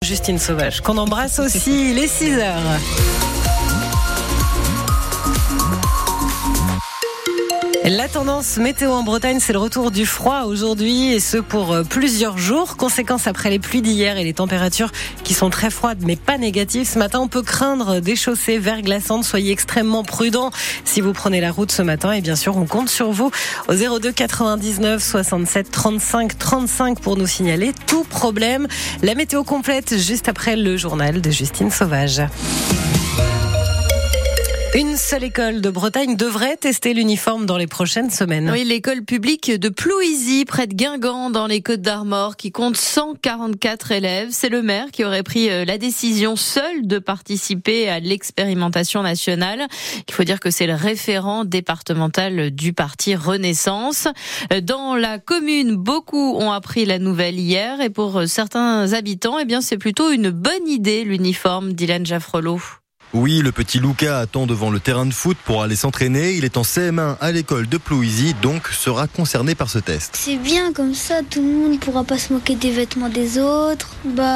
Justine Sauvage, qu'on embrasse aussi, les 6h. La tendance météo en Bretagne, c'est le retour du froid aujourd'hui et ce pour plusieurs jours. Conséquence après les pluies d'hier et les températures qui sont très froides mais pas négatives. Ce matin, on peut craindre des chaussées verglaçantes. Soyez extrêmement prudents si vous prenez la route ce matin. Et bien sûr, on compte sur vous au 02 99 67 35 35 pour nous signaler tout problème. La météo complète juste après le journal de Justine Sauvage. Une seule école de Bretagne devrait tester l'uniforme dans les prochaines semaines. Oui, l'école publique de Plouisy, près de Guingamp, dans les Côtes-d'Armor, qui compte 144 élèves. C'est le maire qui aurait pris la décision seul de participer à l'expérimentation nationale. Il faut dire que c'est le référent départemental du parti Renaissance. Dans la commune, beaucoup ont appris la nouvelle hier et pour certains habitants, eh bien, c'est plutôt une bonne idée, l'uniforme, Dylan Jaffrelot. Oui, le petit Lucas attend devant le terrain de foot pour aller s'entraîner. Il est en CM1 à l'école de Plouisy, donc sera concerné par ce test. C'est bien, comme ça, tout le monde ne pourra pas se moquer des vêtements des autres.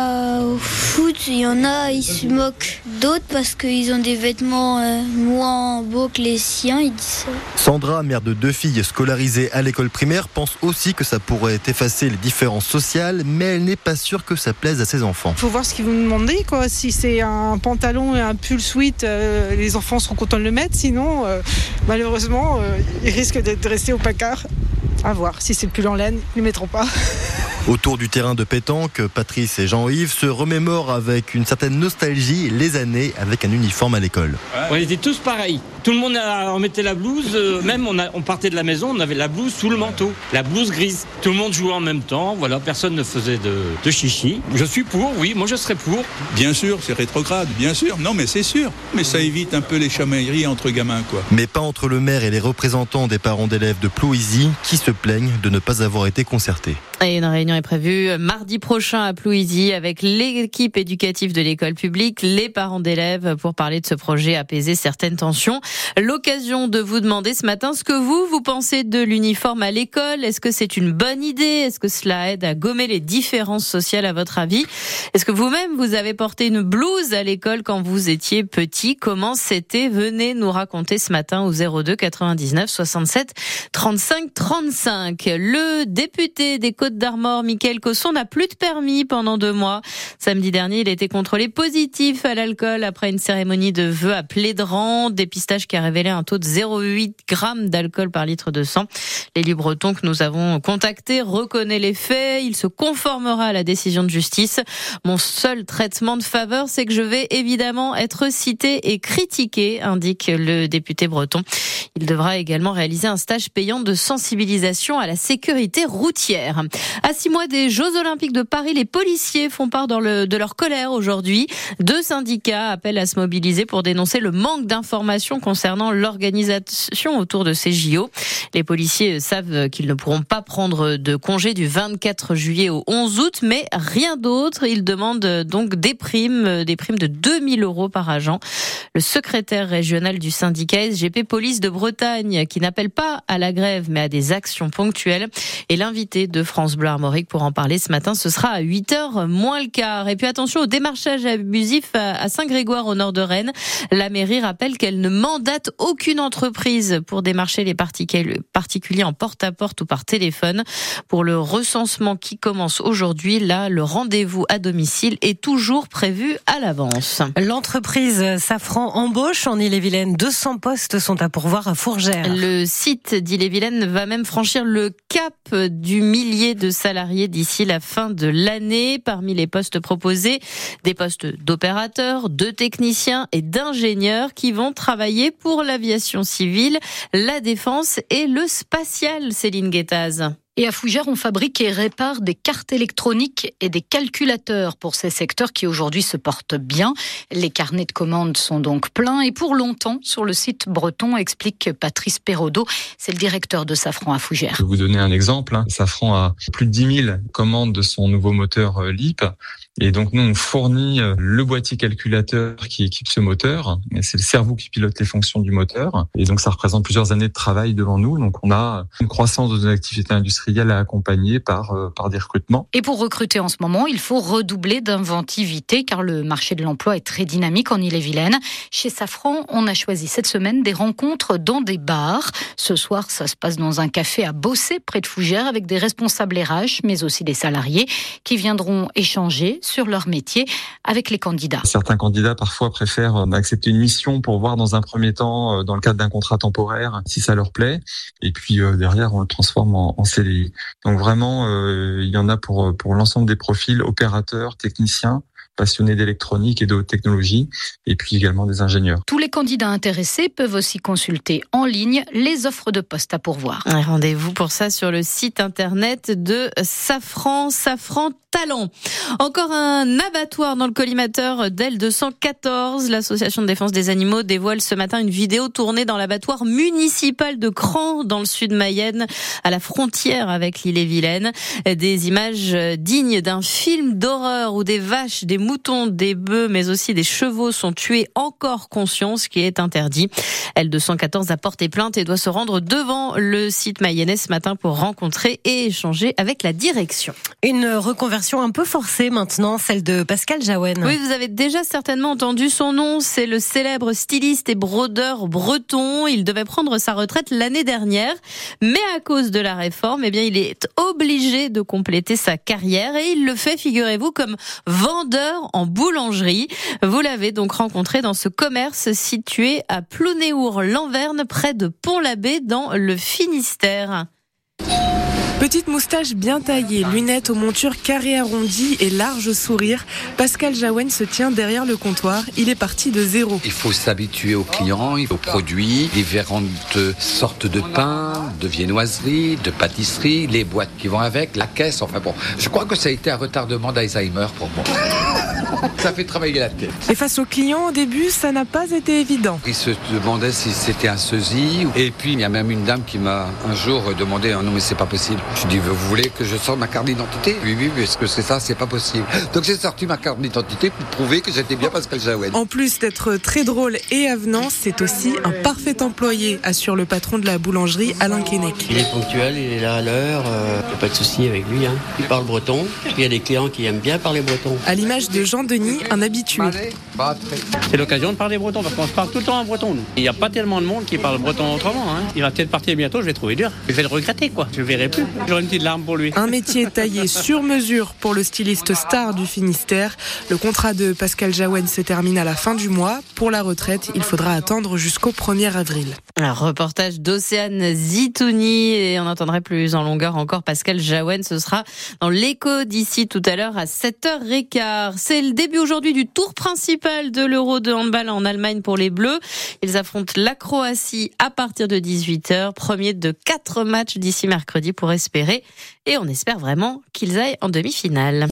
Au foot, il y en a, ils se moquent d'autres parce qu'ils ont des vêtements moins beaux que les siens, ils disent ça. Sandra, mère de 2 filles scolarisées à l'école primaire, pense aussi que ça pourrait effacer les différences sociales, mais elle n'est pas sûre que ça plaise à ses enfants. Il faut voir ce qu'ils vont demander, quoi. Si c'est un pantalon et un pull sweat, les enfants seront contents de le mettre, sinon malheureusement ils risquent de rester au placard. À voir, si c'est le pull en laine, ils ne le mettront pas. Autour du terrain de pétanque, Patrice et Jean-Yves se remémorent avec une certaine nostalgie les années avec un uniforme à l'école. On était tous pareils. Tout le monde on mettait la blouse, même on partait de la maison, on avait la blouse sous le manteau, la blouse grise. Tout le monde jouait en même temps, voilà, personne ne faisait de chichi. Je suis pour, oui, moi je serais pour. Bien sûr, c'est rétrograde, bien sûr. Non, mais c'est sûr. Mais ça évite un peu les chamailleries entre gamins, quoi. Mais pas entre le maire et les représentants des parents d'élèves de Plouisy qui se plaignent de ne pas avoir été concertés. Et une réunion est prévue mardi prochain à Plouisy avec l'équipe éducative de l'école publique, les parents d'élèves pour parler de ce projet, apaiser certaines tensions. L'occasion de vous demander ce matin ce que vous pensez de l'uniforme à l'école. Est-ce que c'est une bonne idée? Est-ce que cela aide à gommer les différences sociales à votre avis? Est-ce que vous-même vous avez porté une blouse à l'école quand vous étiez petit? Comment c'était? Venez nous raconter ce matin au 02 99 67 35 35. Le député des Côtes-d'Armor, Mickaël Cosson, n'a plus de permis pendant 2 mois. Samedi dernier, il a été contrôlé positif à l'alcool après une cérémonie de vœux à Plédran, dépistage qui a révélé un taux de 0,8 g d'alcool par litre de sang. L'élu breton que nous avons contacté reconnaît les faits. Il se conformera à la décision de justice. Mon seul traitement de faveur, c'est que je vais évidemment être cité et critiqué, indique le député breton. Il devra également réaliser un stage payant de sensibilisation à la sécurité routière. À 6 mois des Jeux Olympiques de Paris, les policiers font part de leur colère aujourd'hui. 2 syndicats appellent à se mobiliser pour dénoncer le manque d'informations concernant l'organisation autour de ces JO. Les policiers savent qu'ils ne pourront pas prendre de congé du 24 juillet au 11 août, mais rien d'autre. Ils demandent donc des primes de 2 000 € par agent. Le secrétaire régional du syndicat SGP Police de Bretagne, qui n'appelle pas à la grève mais à des actions ponctuelles, est l'invité de France Bleu Armorique pour en parler ce matin. Ce sera à 8h moins le quart. Et puis attention au démarchage abusif à Saint-Grégoire au nord de Rennes. La mairie rappelle qu'elle ne mandate aucune entreprise pour démarcher les particuliers en porte-à-porte ou par téléphone. Pour le recensement qui commence aujourd'hui, là, le rendez-vous à domicile est toujours prévu à l'avance. L'entreprise Safran embauche en Ille-et-Vilaine. 200 postes sont à pourvoir à Fourgère. Le site d'Ille-et-Vilaine va même franchir le cap du millier de salariés d'ici la fin de l'année. Parmi les postes proposés, des postes d'opérateurs, de techniciens et d'ingénieurs qui vont travailler pour l'aviation civile, la défense et le spatial, Céline Guettaz. Et à Fougères, on fabrique et répare des cartes électroniques et des calculateurs pour ces secteurs qui aujourd'hui se portent bien. Les carnets de commandes sont donc pleins et pour longtemps sur le site breton, explique Patrice Perraudot, c'est le directeur de Safran à Fougères. Je vais vous donner un exemple. Safran a plus de 10 000 commandes de son nouveau moteur LEAP. Et donc nous, on fournit le boîtier calculateur qui équipe ce moteur. C'est le cerveau qui pilote les fonctions du moteur. Et donc ça représente plusieurs années de travail devant nous. Donc on a une croissance de nos activités industrielles à accompagner par des recrutements. Et pour recruter en ce moment, il faut redoubler d'inventivité car le marché de l'emploi est très dynamique en Ille-et-Vilaine. Chez Safran, on a choisi cette semaine des rencontres dans des bars. Ce soir, ça se passe dans un café à Bossé, près de Fougères, avec des responsables RH, mais aussi des salariés qui viendront échanger sur leur métier avec les candidats. Certains candidats parfois préfèrent accepter une mission pour voir dans un premier temps, dans le cadre d'un contrat temporaire, si ça leur plaît. Et puis derrière, on le transforme en CDI. Donc vraiment, il y en a pour l'ensemble des profils, opérateurs, techniciens, passionnés d'électronique et de haute technologie, et puis également des ingénieurs. Tous les candidats intéressés peuvent aussi consulter en ligne les offres de poste à pourvoir. Rendez-vous pour ça sur le site internet de Safran Talent. Encore un abattoir dans le collimateur d'L214. L'association de défense des animaux dévoile ce matin une vidéo tournée dans l'abattoir municipal de Cran, dans le sud Mayenne, à la frontière avec l'Ille-et-Vilaine. Des images dignes d'un film d'horreur où des vaches, des moutons, des bœufs, mais aussi des chevaux sont tués encore conscients, ce qui est interdit. L214 a porté plainte et doit se rendre devant le site mayennais ce matin pour rencontrer et échanger avec la direction. Une reconversion un peu forcée maintenant, celle de Pascal Jaouen. Oui, vous avez déjà certainement entendu son nom. C'est le célèbre styliste et brodeur breton. Il devait prendre sa retraite l'année dernière, mais à cause de la réforme, il est obligé de compléter sa carrière et il le fait, figurez-vous, comme vendeur en boulangerie. Vous l'avez donc rencontré dans ce commerce situé à Plounéour-Lanverne, près de Pont-l'Abbé, dans le Finistère. Petite moustache bien taillée, lunettes aux montures carrées arrondies et large sourire, Pascal Jaouen se tient derrière le comptoir. Il est parti de zéro. Il faut s'habituer aux clients, aux produits, différentes sortes de pain, de viennoiserie, de pâtisserie, les boîtes qui vont avec, la caisse, je crois que ça a été un retardement d'Alzheimer pour moi. Ça fait travailler la tête. Et face aux clients, au début, ça n'a pas été évident. Ils se demandaient si c'était un sosie. Et puis, il y a même une dame qui m'a un jour demandé « Non, mais c'est pas possible ». Je dis « Vous voulez que je sorte ma carte d'identité ?» Oui, parce que c'est ça, c'est pas possible. Donc, j'ai sorti ma carte d'identité pour prouver que j'étais bien Pascal Jaouen. En plus d'être très drôle et avenant, c'est aussi un parfait employé, assure le patron de la boulangerie, Alain Keinec. Il est ponctuel, il est là à l'heure, il n'y a pas de souci avec lui. Il parle breton, il y a des clients qui aiment bien parler breton. À l'image de Jean-Denis, un habitué. C'est l'occasion de parler breton, parce qu'on se parle tout le temps en breton, nous. Il n'y a pas tellement de monde qui parle breton autrement. Il va peut-être partir bientôt, je vais trouver dur. Je vais le regretter, quoi. Je ne verrai plus. J'aurai une petite larme pour lui. Un métier taillé sur mesure pour le styliste star du Finistère. Le contrat de Pascal Jaouen se termine à la fin du mois. Pour la retraite, il faudra attendre jusqu'au 1er avril. Un reportage d'Océane Zitouni et on entendrait plus en longueur encore Pascal Jaouen. Ce sera dans l'Écho d'ici tout à l'heure à 7h15. C'est le début aujourd'hui du tour principal de l'Euro de handball en Allemagne pour les Bleus. Ils affrontent la Croatie à partir de 18h. Premier de 4 matchs d'ici mercredi pour espérer. Et on espère vraiment qu'ils aillent en demi-finale.